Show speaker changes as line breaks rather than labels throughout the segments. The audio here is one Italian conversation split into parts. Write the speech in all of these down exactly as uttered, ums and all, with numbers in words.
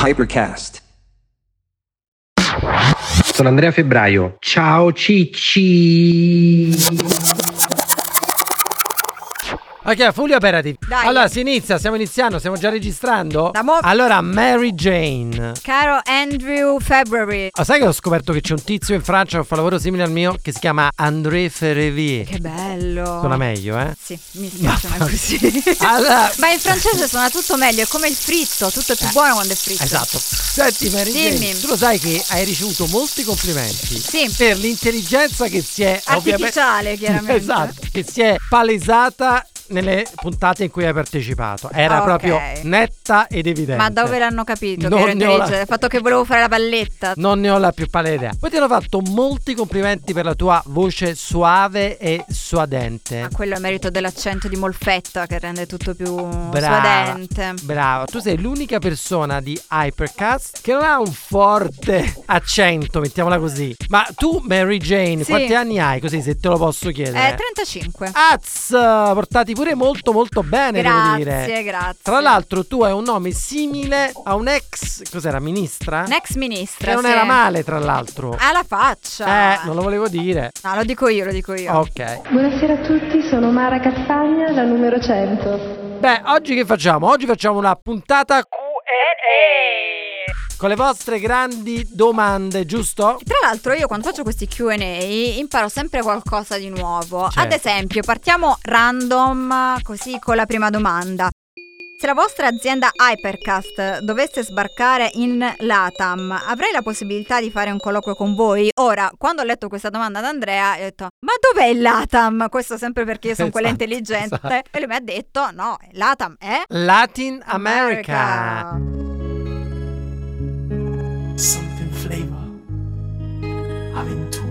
Hypercast.
Sono Andrea Febbraio. Ciao Cicci.
Ok, Fully Operative.
Dai.
Allora si inizia, stiamo iniziando, stiamo già registrando.
Da mo-
Allora, Mary Jane.
Caro Andrew February.
Oh, sai che ho scoperto che c'è un tizio in Francia che fa lavoro simile al mio che si chiama André Ferrevier.
Che bello.
Suona meglio, eh?
Sì, mi spiace, ma è così.
Allora,
Ma in francese suona tutto meglio, è come il fritto, tutto è più
Eh,
buono quando è fritto.
esatto. Senti Mary Jane,
Dimmi.
tu lo sai che hai ricevuto molti complimenti
Sì.
per l'intelligenza che si è
Artificiale, chiaramente.
Esatto, che si è palesata nelle puntate in cui hai partecipato. Era
Ok.
proprio netta ed evidente.
Ma dove l'hanno capito?
Non
che ero
ne ho la-
intelligente? Il fatto che volevo fare la palletta.
Non ne ho la più pallida idea. Poi ti hanno fatto molti complimenti per la tua voce suave e suadente.
Ma quello è merito dell'accento di Molfetta che rende tutto più
Brava,
suadente.
brava. Tu sei l'unica persona di Hypercast che non ha un forte accento, mettiamola così. Ma tu, Mary Jane,
Sì.
quanti anni hai? Così, se te lo posso chiedere.
Eh, trentacinque.
Az, portati pure molto molto bene, devo dire.
Grazie, grazie.
Tra l'altro tu hai un nome simile a un ex, cos'era, ministra?
Un ex ministra.
Che non
sì.
era male, tra l'altro.
Ha la faccia.
Eh, non lo volevo dire.
No, lo dico io, lo dico io.
Ok.
Buonasera a tutti, sono Mara Castagna, la numero cento.
Beh, oggi che facciamo? Oggi facciamo una puntata Q and A con le vostre grandi domande, giusto?
Tra l'altro io quando faccio questi Q and A imparo sempre qualcosa di nuovo.
Certo.
Ad esempio, partiamo random, così con la prima domanda. Se la vostra azienda Hypercast dovesse sbarcare in LATAM, avrei la possibilità di fare un colloquio con voi? Ora, quando ho letto questa domanda ad Andrea, ho detto, ma dov'è il LATAM? Questo sempre perché io sono quella
Esatto,
intelligente.
esatto.
E lui mi ha detto, no, LATAM è...
Latin America.
America.
Something flavor. Avventura.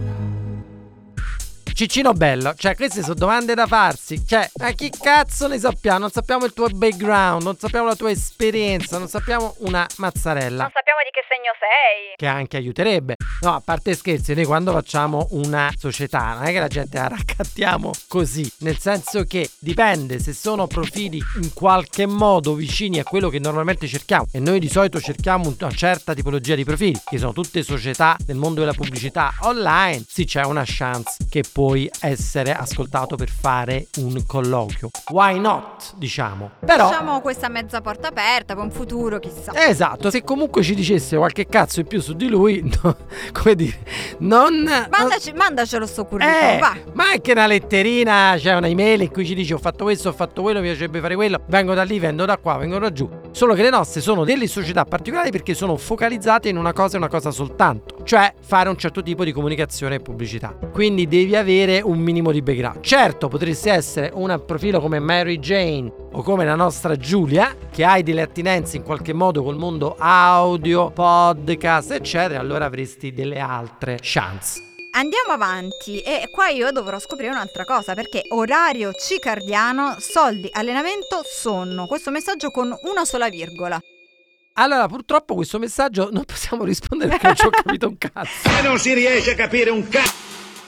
Ciccino bello, cioè queste sono domande da farsi. Cioè, ma chi cazzo ne sappiamo? Non sappiamo il tuo background, non sappiamo la tua esperienza, non sappiamo una mazzarella.
sappiamo di che segno sei.
Che anche aiuterebbe. No, a parte scherzi, noi quando facciamo una società non è che la gente la raccattiamo così, nel senso che dipende se sono profili in qualche modo vicini a quello che normalmente cerchiamo, e noi di solito cerchiamo una certa tipologia di profili, che sono tutte società nel mondo della pubblicità online. Sì, c'è una chance che puoi essere ascoltato per fare un colloquio. Why not, diciamo. Però
Lasciamo questa mezza porta aperta per un futuro, chissà.
esatto, se comunque ci dicesse qualche cazzo in più su di lui, no, come dire, non...
Mandaci, mandacelo sto curriculum,
Eh,
va.
ma anche una letterina, c'è una email in cui ci dice ho fatto questo, ho fatto quello, mi piacerebbe fare quello, vengo da lì, vengo da qua, vengo da giù. Solo che le nostre sono delle società particolari perché sono focalizzate in una cosa e una cosa soltanto, cioè fare un certo tipo di comunicazione e pubblicità. Quindi devi avere un minimo di background. Certo, potresti essere un profilo come Mary Jane o come la nostra Giulia, che hai delle attinenze in qualche modo col mondo audio, podcast, eccetera, allora avresti delle altre chance.
Andiamo avanti e qua io dovrò scoprire un'altra cosa, perché orario cicardiano, soldi, allenamento, sonno. Questo messaggio con una sola virgola.
Allora, purtroppo questo messaggio non possiamo rispondere perché non ci ho capito un cazzo.
E non si riesce a capire un cazzo.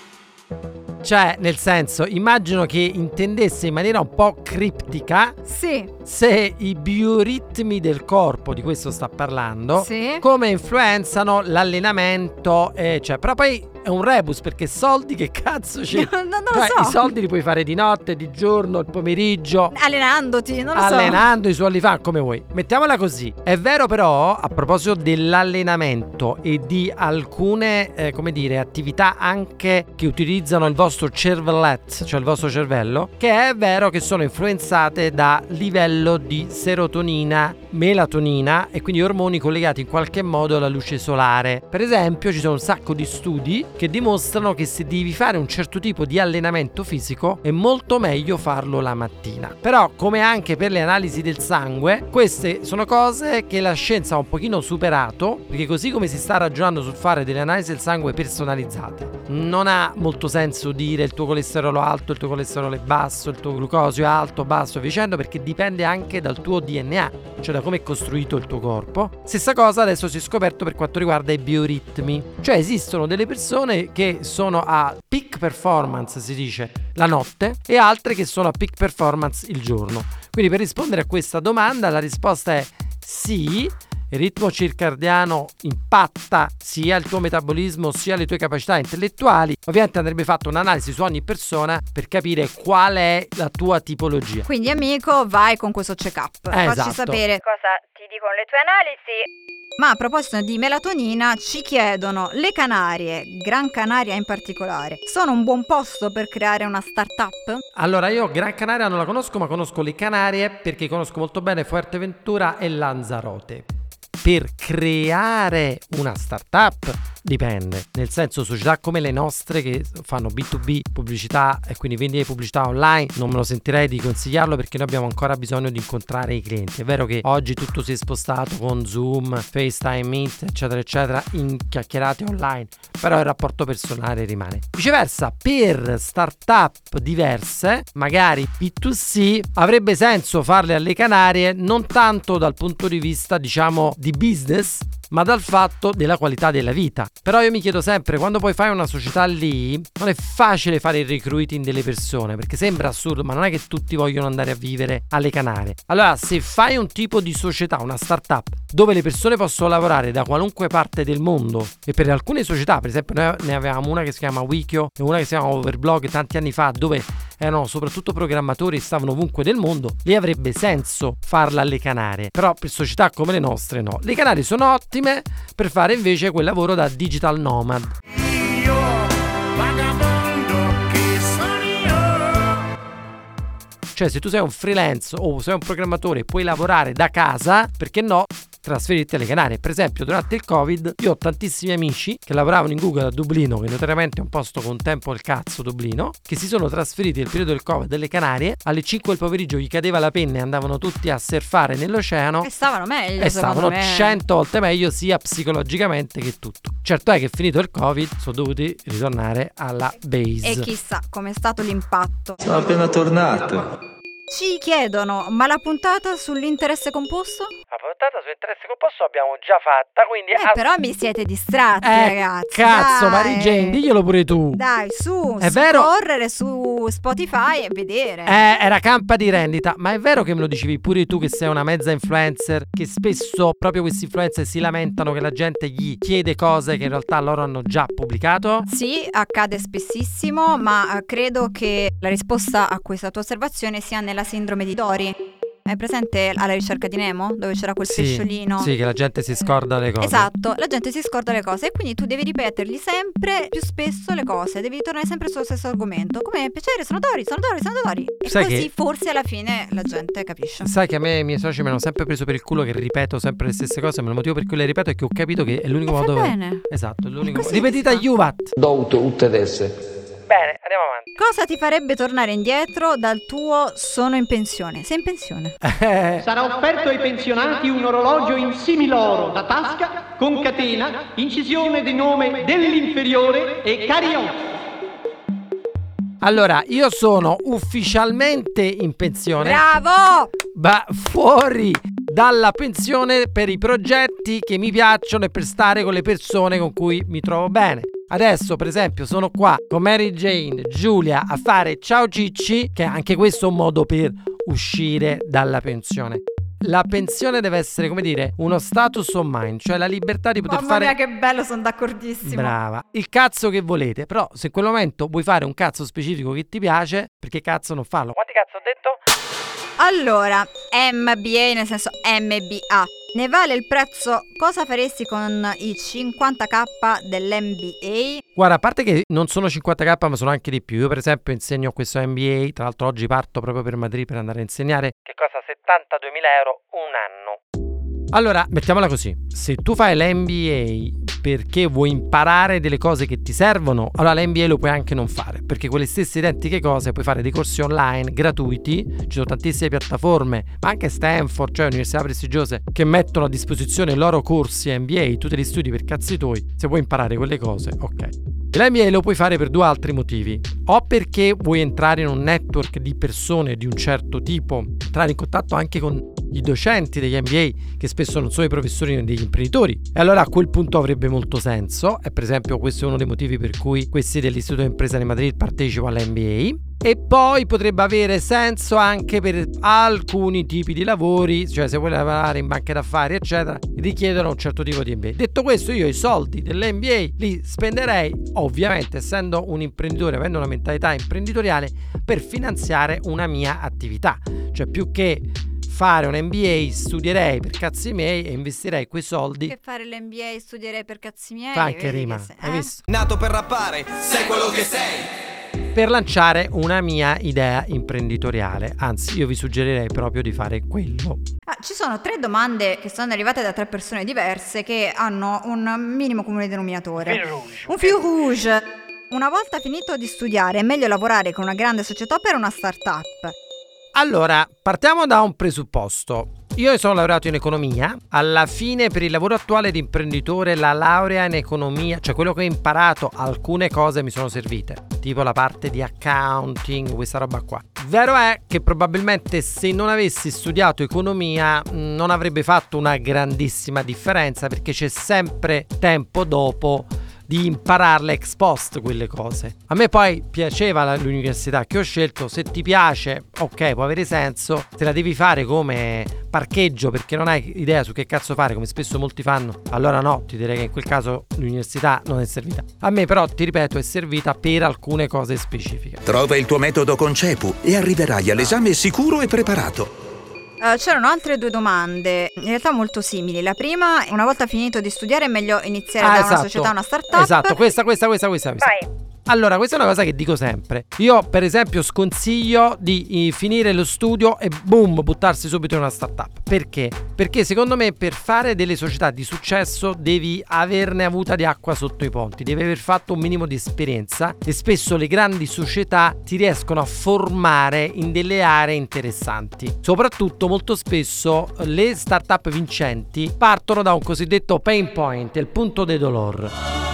Cioè, nel senso, immagino che intendesse in maniera un po' criptica
Sì,
se i bioritmi del corpo, di questo sta parlando,
sì.
come influenzano l'allenamento, eh, cioè, però poi è un rebus, perché soldi che cazzo c'è?
Non, non lo
Cioè,
so.
i soldi li puoi fare di notte, di giorno, il pomeriggio,
Allenandoti, non lo so.
allenando i suoi OnlyFans, come vuoi. Mettiamola così. È vero però, a proposito dell'allenamento e di alcune, eh, come dire, attività anche che utilizzano il vostro cervellet, cioè il vostro cervello, che è vero che sono influenzate da livello di serotonina, melatonina e quindi ormoni collegati in qualche modo alla luce solare. Per esempio, ci sono un sacco di studi che dimostrano che se devi fare un certo tipo di allenamento fisico è molto meglio farlo la mattina. Però, come anche per le analisi del sangue, queste sono cose che la scienza ha un pochino superato, perché così come si sta ragionando sul fare delle analisi del sangue personalizzate, non ha molto senso dire il tuo colesterolo alto, il tuo colesterolo è basso, il tuo glucosio è alto, basso e via dicendo, perché dipende anche dal tuo D N A, cioè da come è costruito il tuo corpo. Stessa cosa adesso si è scoperto per quanto riguarda i bioritmi, cioè esistono delle persone che sono a peak performance, si dice, la notte, e altre che sono a peak performance il giorno. Quindi per rispondere a questa domanda la risposta è sì. il ritmo circadiano impatta sia il tuo metabolismo sia le tue capacità intellettuali, ovviamente andrebbe fatta un'analisi su ogni persona per capire qual è la tua tipologia.
Quindi amico, vai con questo check-up,
Eh,
facci
esatto.
sapere cosa ti dicono le tue analisi. Ma a proposito di melatonina, ci chiedono: le Canarie, Gran Canaria in particolare, sono un buon posto per creare una startup?
Allora, io Gran Canaria non la conosco, ma conosco le Canarie perché conosco molto bene Fuerteventura e Lanzarote. Per creare una startup dipende, nel senso società come le nostre che fanno B due B pubblicità e quindi vendita pubblicità online, non me lo sentirei di consigliarlo perché noi abbiamo ancora bisogno di incontrare i clienti. È vero che oggi tutto si è spostato con Zoom, FaceTime, Meet eccetera eccetera in chiacchierate online, però il rapporto personale rimane. Viceversa, per startup diverse, magari B due C, avrebbe senso farle alle Canarie, non tanto dal punto di vista diciamo di business, ma dal fatto della qualità della vita. Però io mi chiedo sempre, quando poi fai una società lì, non è facile fare il recruiting delle persone, perché sembra assurdo, ma non è che tutti vogliono andare a vivere alle Canarie. Allora, se fai un tipo di società, una startup, dove le persone possono lavorare da qualunque parte del mondo, e per alcune società, per esempio noi ne avevamo una che si chiama Wikio e una che si chiama Overblog tanti anni fa, dove erano soprattutto programmatori e stavano ovunque del mondo, lì avrebbe senso farla alle Canarie. Però per società come le nostre no. Le Canarie sono ottime per fare invece quel lavoro da digital nomad.
Io, vagabondo che sono io.
Cioè, se tu sei un freelance o sei un programmatore e puoi lavorare da casa, perché no trasferirti alle Canarie? Per esempio, durante il Covid io ho tantissimi amici che lavoravano in Google a Dublino, che notoriamente è un posto con tempo al cazzo Dublino, che si sono trasferiti nel periodo del Covid alle Canarie. Alle cinque del pomeriggio gli cadeva la penna e andavano tutti a surfare nell'oceano
E stavano meglio,
e
secondo
stavano
me.
cento volte meglio sia psicologicamente che tutto. Certo è che finito il Covid sono dovuti ritornare alla base.
E chissà com'è stato l'impatto.
Sono appena tornato.
Ci chiedono: ma la puntata sull'interesse composto?
La puntata sull'interesse composto l'abbiamo già fatta, quindi
Eh, però mi siete distratti,
Eh,
ragazzi.
cazzo,
dai.
Mary Jane, diglielo pure tu.
Dai, su,
È vero?
correre su Spotify e vedere.
Eh, era campa di rendita, ma è vero che me lo dicevi pure tu che sei una mezza influencer, che spesso proprio questi influencer si lamentano che la gente gli chiede cose che in realtà loro hanno già pubblicato?
Sì, accade spessissimo, ma eh, credo che la risposta a questa tua osservazione sia nella sindrome di Dory. Hai presente Alla ricerca di Nemo? Dove c'era quel
Sì,
pesciolino?
sì, che la gente si scorda le cose.
Esatto, la gente si scorda le cose e quindi tu devi ripetergli sempre più spesso le cose, devi tornare sempre sullo stesso argomento. Come piacere, sono Dory, sono Dory, sono Dory. E
Sai
così
che-
forse alla fine la gente capisce.
Sai che a me i miei soci mi hanno sempre preso per il culo che ripeto sempre le stesse cose, ma il motivo per cui le ripeto è che ho capito che è l'unico
E fa
modo per...
bene.
Esatto, è l'unico
Così
modo. Ripetita
si fa.
Juvat.
Douto tutte esse.
Bene, andiamo avanti.
Cosa ti farebbe tornare indietro dal tuo sono in pensione? Sei in pensione?
Sarà offerto ai pensionati un orologio in similoro da tasca con catena, incisione di nome dell'inferiore e carillon.
Allora, io sono ufficialmente in pensione.
Bravo!
Ma fuori dalla pensione per i progetti che mi piacciono e per stare con le persone con cui mi trovo bene. Adesso, per esempio, sono qua con Mary Jane, Giulia a fare Ciao Cicci, che anche questo è un modo per uscire dalla pensione. La pensione deve essere, come dire, uno status of mind, cioè la libertà di poter
Mamma
fare...
mia, che bello, sono d'accordissimo.
Brava, il cazzo che volete, però se in quel momento vuoi fare un cazzo specifico che ti piace, perché cazzo non farlo? Quanti cazzo ho detto?
Allora, M B A nel senso M B A. Ne vale il prezzo? Cosa faresti con i cinquanta k dell'M B A?
Guarda, a parte che non sono cinquanta k ma sono anche di più. Io per esempio insegno questo M B A, tra l'altro oggi parto proprio per Madrid per andare a insegnare. Che costa settantaduemila euro un anno. Allora, mettiamola così, se tu fai l'M B A perché vuoi imparare delle cose che ti servono, allora l'M B A lo puoi anche non fare, perché quelle stesse identiche cose puoi fare dei corsi online gratuiti, ci sono tantissime piattaforme, ma anche Stanford, cioè università prestigiose, che mettono a disposizione i loro corsi M B A, tu te li studi per cazzi tuoi, se vuoi imparare quelle cose, ok. L'M B A lo puoi fare per due altri motivi, o perché vuoi entrare in un network di persone di un certo tipo, entrare in contatto anche con i docenti degli M B A, che spesso non sono i professori degli imprenditori, e allora a quel punto avrebbe molto senso, e per esempio questo è uno dei motivi per cui questi dell'Istituto di Impresa di Madrid partecipano all'M B A. E poi potrebbe avere senso anche per alcuni tipi di lavori, cioè se vuoi lavorare in banche d'affari eccetera, richiedono un certo tipo di M B A. Detto questo, io i soldi dell'M B A li spenderei, ovviamente essendo un imprenditore, avendo una mentalità imprenditoriale, per finanziare una mia attività. Cioè più che fare un M B A studierei per cazzi miei e investirei quei soldi.
Che fare l'M B A studierei per cazzi miei.
Fa anche
vedi
rima,
che se-
hai
eh?
visto?
Nato per rappare, sei quello che sei.
Per lanciare una mia idea imprenditoriale. Anzi, io vi suggerirei proprio di fare quello.
Ah, ci sono tre domande che sono arrivate da tre persone diverse che hanno un minimo comune denominatore. Un fil rouge. Una volta finito di studiare, è meglio lavorare con una grande società o per una startup?
Allora, partiamo da un presupposto. Io sono laureato in economia, alla fine per il lavoro attuale di imprenditore la laurea in economia, cioè quello che ho imparato, alcune cose mi sono servite, tipo la parte di accounting, questa roba qua. Vero è che probabilmente se non avessi studiato economia non avrebbe fatto una grandissima differenza, perché c'è sempre tempo dopo di impararle ex post quelle cose. A me poi piaceva l'università che ho scelto, se ti piace ok, può avere senso, se la devi fare come parcheggio perché non hai idea su che cazzo fare, come spesso molti fanno, allora no, ti direi che in quel caso l'università non è servita. A me però, ti ripeto, è servita per alcune cose specifiche.
Trova il tuo metodo con CEPU e arriverai all'esame sicuro e preparato.
Uh, c'erano altre due domande, in realtà molto simili. La prima, una volta finito di studiare è meglio iniziare
Ah,
da
esatto.
una società a una startup.
Esatto, questa, questa, questa, questa, questa.
Vai.
Allora, questa è una cosa che dico sempre. Io, per esempio, sconsiglio di eh, finire lo studio e boom, buttarsi subito in una startup. Perché? Perché secondo me per fare delle società di successo devi averne avuta di acqua sotto i ponti, devi aver fatto un minimo di esperienza e spesso le grandi società ti riescono a formare in delle aree interessanti. Soprattutto molto spesso le startup vincenti partono da un cosiddetto pain point, il punto de dolor.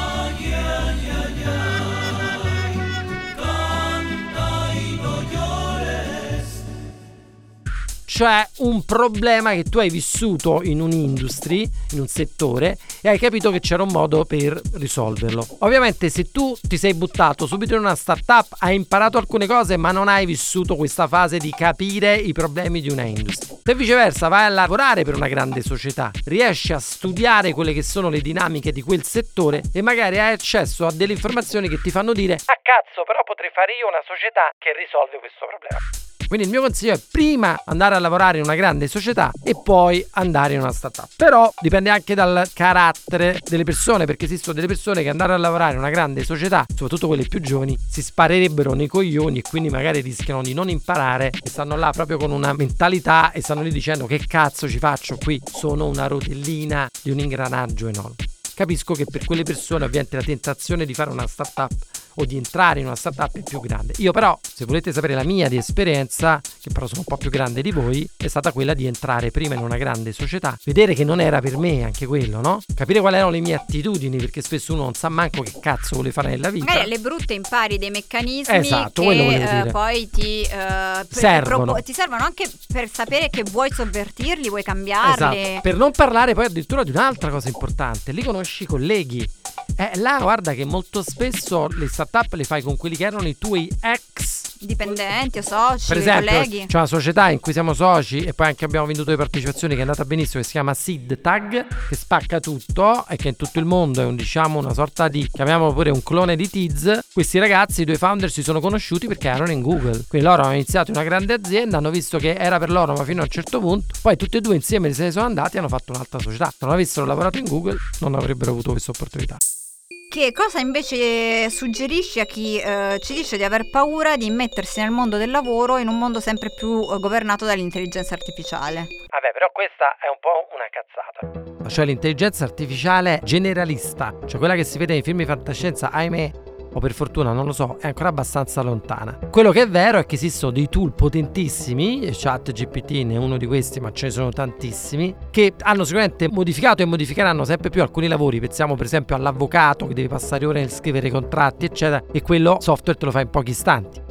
Cioè un problema che tu hai vissuto in un'industry, in un settore, e hai capito che c'era un modo per risolverlo. Ovviamente se tu ti sei buttato subito in una startup, hai imparato alcune cose ma non hai vissuto questa fase di capire i problemi di una industria. Se viceversa vai a lavorare per una grande società, riesci a studiare quelle che sono le dinamiche di quel settore e magari hai accesso a delle informazioni che ti fanno dire ah cazzo, però potrei fare io una società che risolve questo problema. Quindi il mio consiglio è prima andare a lavorare in una grande società e poi andare in una startup. Però dipende anche dal carattere delle persone, perché esistono delle persone che andare a lavorare in una grande società, soprattutto quelle più giovani, si sparerebbero nei coglioni e quindi magari rischiano di non imparare e stanno là proprio con una mentalità e stanno lì dicendo che cazzo ci faccio qui, sono una rotellina di un ingranaggio enorme. Capisco che per quelle persone ovviamente la tentazione di fare una startup o di entrare in una startup è più grande. Io però, se volete sapere la mia di esperienza, che però sono un po' più grande di voi, è stata quella di entrare prima in una grande società, vedere che non era per me anche quello, no? Capire quali erano le mie attitudini, perché spesso uno non sa manco che cazzo vuole fare nella vita.
Magari alle brutte impari dei meccanismi
esatto, quello
che
volevo dire.
eh, poi ti, eh,
servono.
propo- ti servono anche per sapere che vuoi sovvertirli, vuoi cambiarli.
Esatto. Per non parlare poi addirittura di un'altra cosa importante, lì conosci i colleghi. Eh, là guarda che molto spesso le startup le fai con quelli che erano i tuoi ex
dipendenti o soci,
per esempio,
colleghi.
c'è una società in cui siamo soci e poi anche abbiamo venduto le partecipazioni che è andata benissimo, che si chiama SeedTag, che spacca tutto e che in tutto il mondo è un, diciamo una sorta di, chiamiamolo pure un clone di Tiz. Questi ragazzi, i due founder, si sono conosciuti perché erano in Google, quindi loro hanno iniziato una grande azienda, hanno visto che era per loro ma fino a un certo punto, poi tutti e due insieme se ne sono andati e hanno fatto un'altra società. Se non avessero lavorato in Google non avrebbero avuto questa opportunità.
Che cosa invece suggerisci a chi eh, ci dice di aver paura di mettersi nel mondo del lavoro in un mondo sempre più eh, governato dall'intelligenza artificiale?
Vabbè, però questa è un po' una cazzata. Cioè l'intelligenza artificiale generalista, cioè quella che si vede nei film di fantascienza, ahimè, o per fortuna non lo so, è ancora abbastanza lontana. Quello che è vero è che esistono dei tool potentissimi, ChatGPT ne è uno di questi ma ce ne sono tantissimi, che hanno sicuramente modificato e modificheranno sempre più alcuni lavori. Pensiamo per esempio all'avvocato che deve passare ore nel scrivere i contratti eccetera, e quello software te lo fa in pochi istanti.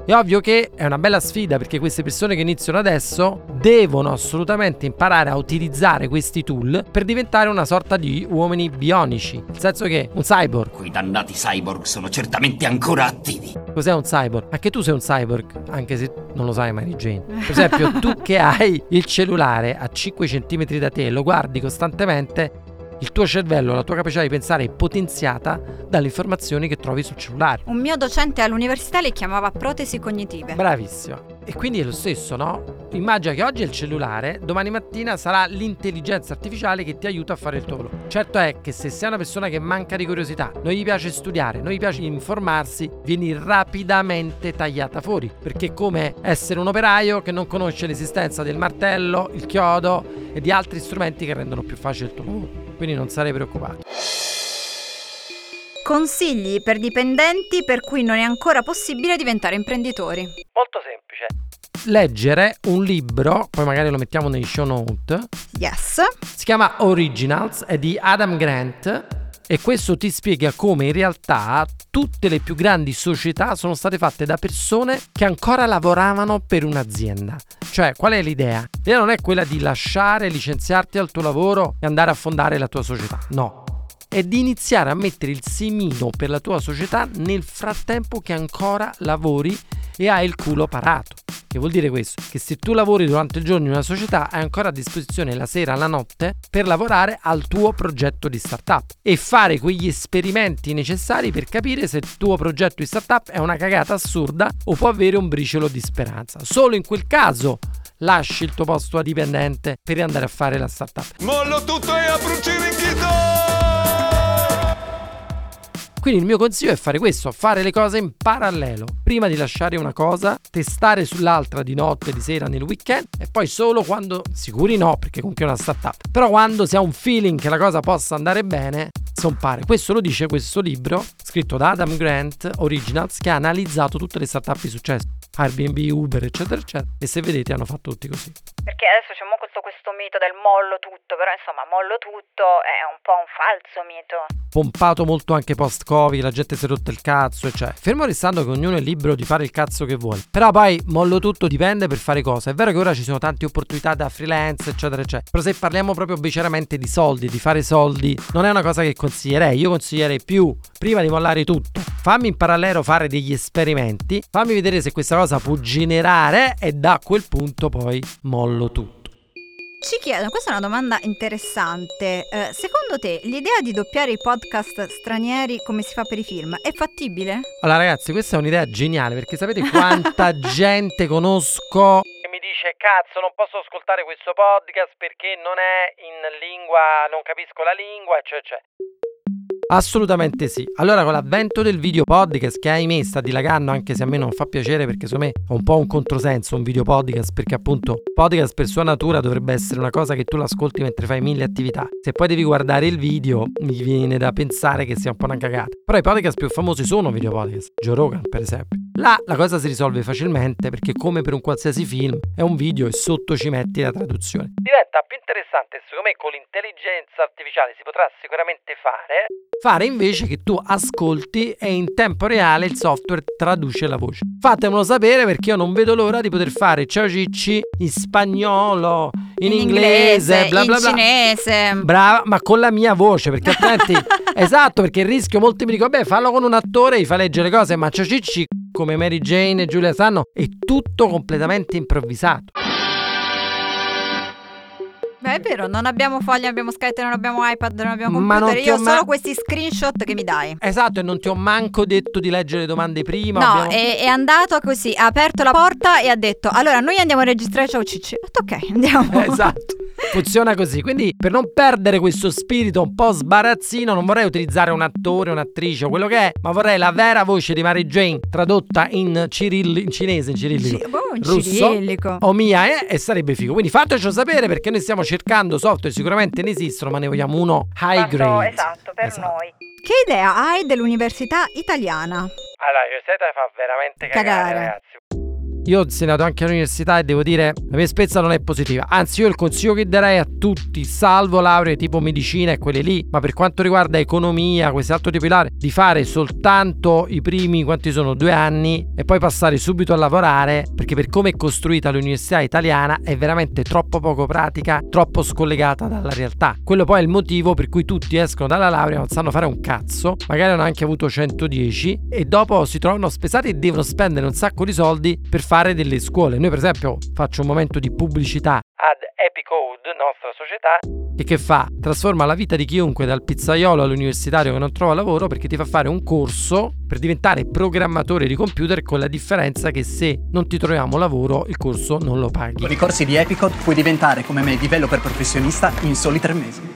È ovvio che è una bella sfida, perché queste persone che iniziano adesso devono assolutamente imparare a utilizzare questi tool per diventare una sorta di uomini bionici. Nel senso che un cyborg.
Quei dannati cyborg sono certamente ancora attivi.
Cos'è un cyborg? Anche tu sei un cyborg, anche se non lo sai, Mary Jane. Per esempio, tu che hai il cellulare a cinque centimetri da te e lo guardi costantemente, il tuo cervello, la tua capacità di pensare è potenziata dalle informazioni che trovi sul cellulare.
Un mio docente all'università li chiamava protesi cognitive.
Bravissimo. E quindi è lo stesso, no? Immagina che oggi è il cellulare, domani mattina sarà l'intelligenza artificiale che ti aiuta a fare il tuo lavoro. Certo è che se sei una persona che manca di curiosità, non gli piace studiare, non gli piace informarsi, vieni rapidamente tagliata fuori. Perché è come essere un operaio che non conosce l'esistenza del martello, il chiodo e di altri strumenti che rendono più facile il tuo lavoro. Quindi non sarei preoccupato.
Consigli per dipendenti per cui non è ancora possibile diventare imprenditori.
Molto semplice. Leggere un libro, poi magari lo mettiamo nei show note.
Yes.
Si chiama Originals, è di Adam Grant e questo ti spiega come in realtà tutte le più grandi società sono state fatte da persone che ancora lavoravano per un'azienda. Cioè, qual è l'idea? L'idea non è quella di lasciare, licenziarti al tuo lavoro e andare a fondare la tua società. No. È di iniziare a mettere il semino per la tua società nel frattempo che ancora lavori e hai il culo parato. Che vuol dire questo? Che se tu lavori durante il giorno in una società, hai ancora a disposizione la sera, la notte per lavorare al tuo progetto di startup e fare quegli esperimenti necessari per capire se il tuo progetto di startup è una cagata assurda o può avere un briciolo di speranza. Solo in quel caso lasci il tuo posto a dipendente per andare a fare la startup.
Mollo tutto e apro un ciringhito!
Quindi il mio consiglio è fare questo, fare le cose in parallelo. Prima di lasciare una cosa, testare sull'altra di notte, di sera, nel weekend e poi solo quando, sicuri no, perché comunque è una startup, però quando si ha un feeling che la cosa possa andare bene, scompare. Questo lo dice questo libro scritto da Adam Grant, Originals, che ha analizzato tutte le startup di successo, Airbnb, Uber, eccetera, eccetera. E se vedete hanno fatto tutti così.
Perché adesso c'è molto questo mito del mollo tutto, però insomma mollo tutto è un po' un falso mito.
Pompato molto anche post-Covid, la gente si è rotta il cazzo, cioè fermo restando che ognuno è libero di fare il cazzo che vuole. Però poi mollo tutto dipende per fare cosa. È vero che ora ci sono tante opportunità da freelance, eccetera, eccetera. Però se parliamo proprio beceramente di soldi, di fare soldi, non è una cosa che consiglierei. Io consiglierei più, prima di mollare tutto, fammi in parallelo fare degli esperimenti, fammi vedere se questa cosa può generare e da quel punto poi mollo tutto.
Ci chiedono, questa è una domanda interessante, eh, secondo te l'idea di doppiare i podcast stranieri come si fa per i film è fattibile?
Allora ragazzi, questa è un'idea geniale, perché sapete quanta gente conosco che mi dice cazzo non posso ascoltare questo podcast perché non è in lingua, non capisco la lingua, cioè cioè. Assolutamente sì. Allora con l'avvento del video podcast, che ahimè sta dilagando, anche se a me non fa piacere perché secondo me è un po' un controsenso un video podcast, perché appunto podcast per sua natura dovrebbe essere una cosa che tu l'ascolti mentre fai mille attività. Se poi devi guardare il video mi viene da pensare che sia un po' una cagata. Però i podcast più famosi sono video podcast, Joe Rogan per esempio. Là la cosa si risolve facilmente perché come per un qualsiasi film è un video e sotto ci metti la traduzione. Diventa più interessante, secondo me con l'intelligenza artificiale si potrà sicuramente fare Fare invece che tu ascolti e in tempo reale il software traduce la voce. Fatemelo sapere perché io non vedo l'ora di poter fare ciao Cicci in spagnolo, in, in inglese, inglese, bla bla
in
bla.
cinese.
Brava, ma con la mia voce, perché altrimenti esatto, perché il rischio molti mi dicono, beh, fallo con un attore, gli fa leggere cose, ma ciao Cicci come Mary Jane e Giulia sanno è tutto completamente improvvisato.
Beh, è vero, non abbiamo foglie, non abbiamo schede, non abbiamo iPad, non abbiamo
Ma
computer.
non ti
Io
ho
ho
ma-
solo questi screenshot che mi dai.
Esatto, e non ti ho manco detto di leggere le domande prima.
No,
abbiamo...
è, è andato così, ha aperto la porta e ha detto allora noi andiamo a registrare ciao Cicci. Ho detto ok, andiamo.
Esatto, funziona così. Quindi per non perdere questo spirito un po' sbarazzino non vorrei utilizzare un attore, un'attrice o quello che è, ma vorrei la vera voce di Mary Jane tradotta in, cirilli, in cinese, in cirillico,
Ci, boh, in
russo
cirillico.
o mia, eh, e sarebbe figo. Quindi fatecelo sapere perché noi stiamo cercando software, sicuramente ne esistono, ma ne vogliamo uno high grade.
Esatto, per
Esatto.
noi. Che idea hai dell'università italiana?
Allora, Rosetta fa veramente cagare,
Cagare.
ragazzi. Io ho insegnato anche all'università e devo dire la mia esperienza non è positiva. Anzi, io il consiglio che darei a tutti, salvo lauree tipo medicina e quelle lì, ma per quanto riguarda economia, questo altro tipo di lauree, di fare soltanto i primi, quanti sono, due anni e poi passare subito a lavorare, perché per come è costruita l'università italiana è veramente troppo poco pratica, troppo scollegata dalla realtà. Quello poi è il motivo per cui tutti escono dalla laurea, non sanno fare un cazzo, magari hanno anche avuto centodieci e dopo si trovano spesati e devono spendere un sacco di soldi per fare delle scuole. Noi per esempio, faccio un momento di pubblicità ad Epicode, nostra società, e che fa? Trasforma la vita di chiunque dal pizzaiolo all'universitario che non trova lavoro, perché ti fa fare un corso per diventare programmatore di computer, con la differenza che se non ti troviamo lavoro il corso non lo paghi.
Con i corsi di Epicode puoi diventare come me developer professionista in soli tre mesi.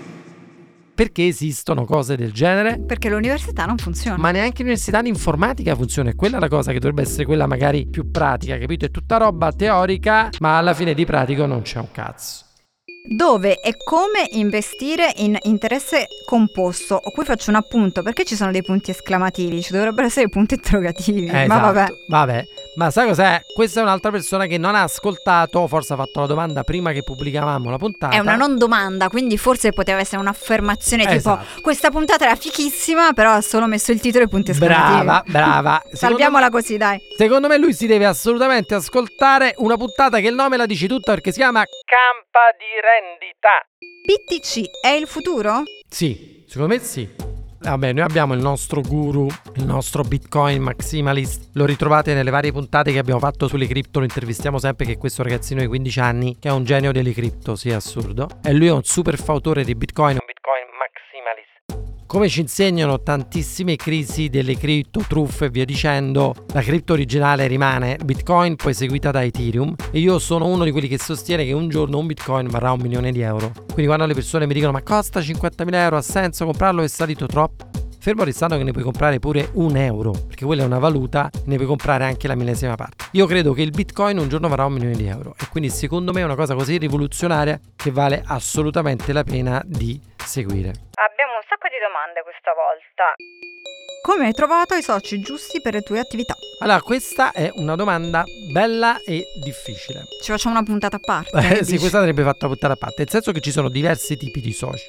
Perché esistono cose del genere?
Perché l'università non funziona.
Ma neanche l'università di informatica funziona. E quella è la cosa che dovrebbe essere quella magari più pratica, capito? È tutta roba teorica, ma alla fine di pratico non c'è un cazzo.
Dove e come investire in interesse composto? O qui faccio un appunto, perché ci sono dei punti esclamativi, ci dovrebbero essere punti interrogativi.
Eh,
ma
esatto,
vabbè.
vabbè. Ma sai cos'è? Questa è un'altra persona che non ha ascoltato, forse ha fatto la domanda prima che pubblicavamo la puntata.
È una non domanda, quindi forse poteva essere un'affermazione tipo
esatto.
Questa puntata era fichissima, però ha solo messo il titolo e i punti esclamativi.
Brava, brava.
Salviamola
me,
così, dai.
Secondo me lui si deve assolutamente ascoltare una puntata che il nome la dice tutta, perché si chiama Campa di rendita.
B T C è il futuro?
Sì, secondo me sì. Vabbè, noi abbiamo il nostro guru, il nostro Bitcoin maximalist. Lo ritrovate nelle varie puntate che abbiamo fatto sulle cripto. Lo intervistiamo sempre, che è questo ragazzino di quindici anni che è un genio delle cripto, sì, assurdo. E lui è un super fautore di Bitcoin, un Bitcoin maximalist. Come ci insegnano tantissime crisi delle cripto, truffe e via dicendo, la cripto originale rimane Bitcoin, poi seguita da Ethereum, e io sono uno di quelli che sostiene che un giorno un Bitcoin varrà un milione di euro. Quindi quando le persone mi dicono ma costa cinquantamila euro, ha senso comprarlo, è salito troppo? Fermo restando che ne puoi comprare pure un euro, perché quella è una valuta, ne puoi comprare anche la millesima parte. Io credo che il Bitcoin un giorno varrà un milione di euro, e quindi secondo me è una cosa così rivoluzionaria che vale assolutamente la pena di seguire.
Abbiamo un sacco di domande questa volta. Come hai trovato i soci giusti per le tue attività?
Allora, questa è una domanda bella e difficile.
Ci facciamo una puntata a parte?
Eh, sì,
dici?
questa andrebbe fatta una puntata a parte, nel senso che ci sono diversi tipi di soci.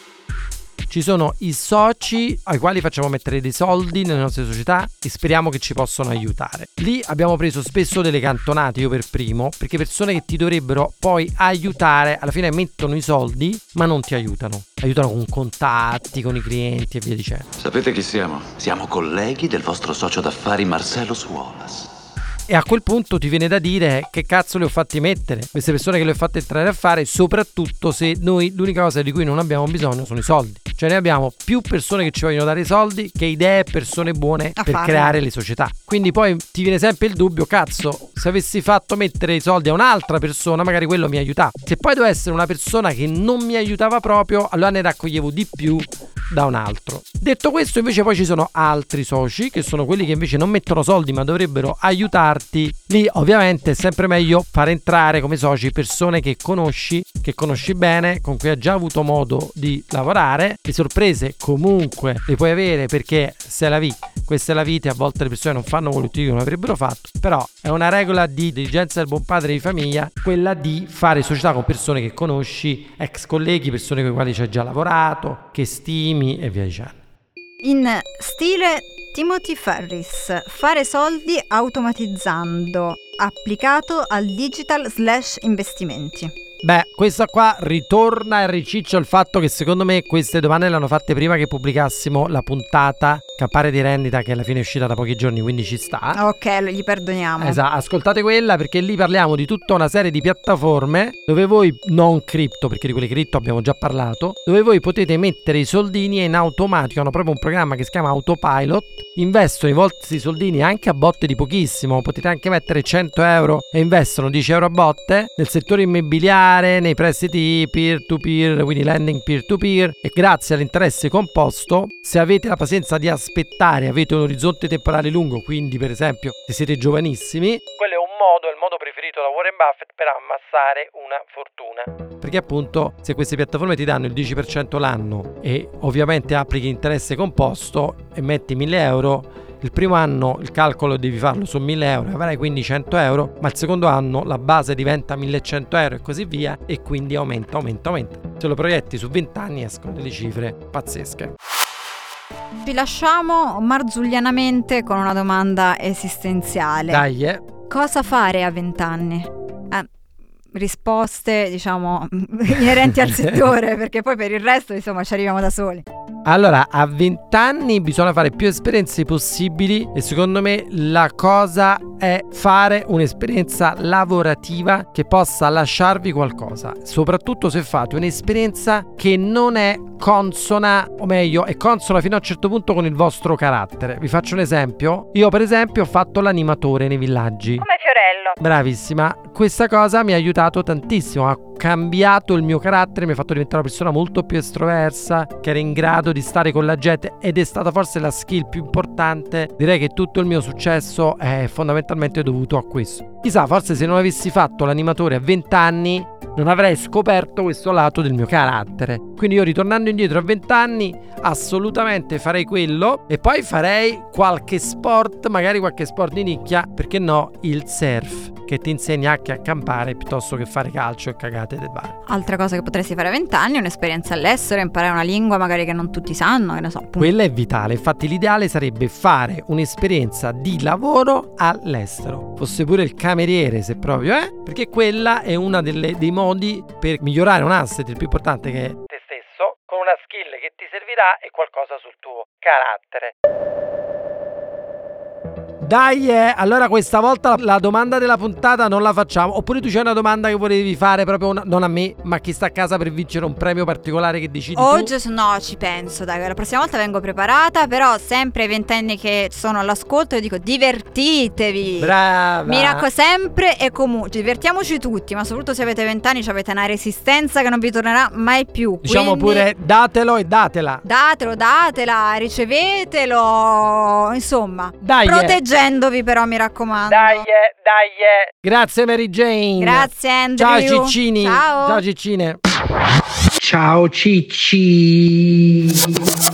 Ci sono i soci ai quali facciamo mettere dei soldi nelle nostre società e speriamo che ci possano aiutare. Lì abbiamo preso spesso delle cantonate, io per primo, perché persone che ti dovrebbero poi aiutare alla fine mettono i soldi ma non ti aiutano. Aiutano con contatti, con i clienti e via dicendo.
Sapete chi siamo? Siamo colleghi del vostro socio d'affari Marcelo Suolas.
E a quel punto ti viene da dire che cazzo le ho fatti mettere queste persone, che le ho fatte entrare a fare, soprattutto se noi l'unica cosa di cui non abbiamo bisogno sono i soldi. Cioè noi abbiamo più persone che ci vogliono dare i soldi che idee, persone buone
a
per
farlo.
creare le società. Quindi poi ti viene sempre il dubbio, cazzo, se avessi fatto mettere i soldi a un'altra persona magari quello mi aiutava. Se poi doveva essere una persona che non mi aiutava proprio, allora ne raccoglievo di più da un altro. Detto questo, invece poi ci sono altri soci, che sono quelli che invece non mettono soldi ma dovrebbero aiutarti. Lì ovviamente è sempre meglio fare entrare come soci persone che conosci, che conosci bene, con cui hai già avuto modo di lavorare. Le sorprese comunque le puoi avere, perché se la vita, questa è la vita, e a volte le persone non fanno quello che non avrebbero fatto, però è una regola di diligenza del buon padre di famiglia quella di fare società con persone che conosci, ex colleghi, persone con le quali ci hai già lavorato, che stimi e via dicendo.
In stile Timothy Ferris, fare soldi automatizzando, applicato al digital slash investimenti.
Beh, questa qua ritorna e riciccia il fatto che secondo me queste domande le hanno fatte prima che pubblicassimo la puntata Campare di rendita, che alla fine è uscita da pochi giorni, quindi ci sta.
Ok, gli perdoniamo.
Esatto, ascoltate quella, perché lì parliamo di tutta una serie di piattaforme dove voi, non cripto, perché di quelle cripto abbiamo già parlato, dove voi potete mettere i soldini e in automatico hanno proprio un programma che si chiama Autopilot, investono i vostri soldini anche a botte di pochissimo, potete anche mettere cento euro e investono dieci euro a botte nel settore immobiliare, nei prestiti peer to peer, quindi lending peer to peer, e grazie all'interesse composto, se avete la pazienza di aspettare, avete un orizzonte temporale lungo, quindi per esempio se siete giovanissimi, quello è un modo, è il modo preferito scritto da Warren Buffett per ammassare una fortuna. Perché appunto se queste piattaforme ti danno il dieci per cento l'anno e ovviamente applichi interesse composto e metti mille euro, il primo anno il calcolo devi farlo su mille euro e avrai quindi cento euro, ma il secondo anno la base diventa millecento euro e così via, e quindi aumenta, aumenta, aumenta. Se lo proietti su venti anni escono delle cifre pazzesche.
Ci lasciamo marzullianamente con una domanda esistenziale.
Dai, eh.
Cosa fare a venti anni? Eh, risposte, diciamo, inerenti al settore, perché poi per il resto, insomma, ci arriviamo da soli.
Allora, a venti anni bisogna fare più esperienze possibili e secondo me la cosa è fare un'esperienza lavorativa che possa lasciarvi qualcosa, soprattutto se fate un'esperienza che non è consona, o meglio è consona fino a un certo punto con il vostro carattere. Vi faccio un esempio. Io per esempio ho fatto l'animatore nei villaggi.
Come Fiorello.
Bravissima. Questa cosa mi ha aiutato tantissimo, ha cambiato il mio carattere, mi ha fatto diventare una persona molto più estroversa, che era in grado di stare con la gente, ed è stata forse la skill più importante. Direi che tutto il mio successo è fondamentalmente dovuto a questo. Chissà, forse se non avessi fatto l'animatore a venti anni non avrei scoperto questo lato del mio carattere. Quindi io, ritornando indietro a venti anni, assolutamente farei quello e poi farei qualche sport, magari qualche sport di nicchia, perché no, il surf, che ti insegna anche a campare piuttosto che fare calcio e cagate del bar.
Altra cosa che potresti fare a venti anni è un'esperienza all'estero, imparare una lingua magari che non tutti sanno, che ne so. Punto.
Quella è vitale, infatti l'ideale sarebbe fare un'esperienza di lavoro all'estero, fosse pure il cameriere se proprio è, eh? Perché quella è una delle, dei modi per migliorare un asset, il più importante, che è te stesso, con una skill che ti servirà e qualcosa sul tuo carattere. Dai, eh, allora questa volta la domanda della puntata non la facciamo. Oppure tu c'hai una domanda che volevi fare proprio una, non a me, ma a chi sta a casa per vincere un premio particolare che decidi
Oggi
tu?
no, ci penso, dai, la prossima volta vengo preparata, però sempre ai ventenni che sono all'ascolto io dico divertitevi.
Brava.
Mi raccomando, sempre e comunque divertiamoci tutti, ma soprattutto se avete vent'anni avete una resistenza che non vi tornerà mai più.
Diciamo
Quindi,
pure datelo e datela.
Datelo, datela, ricevetelo, insomma.
Dai,
proteggetevi. Però mi raccomando.
Dai, dai. Grazie Mary Jane.
Grazie Andrew.
Ciao Ciccini.
Ciao.
Ciao Ciccine.
Ciao Cicci.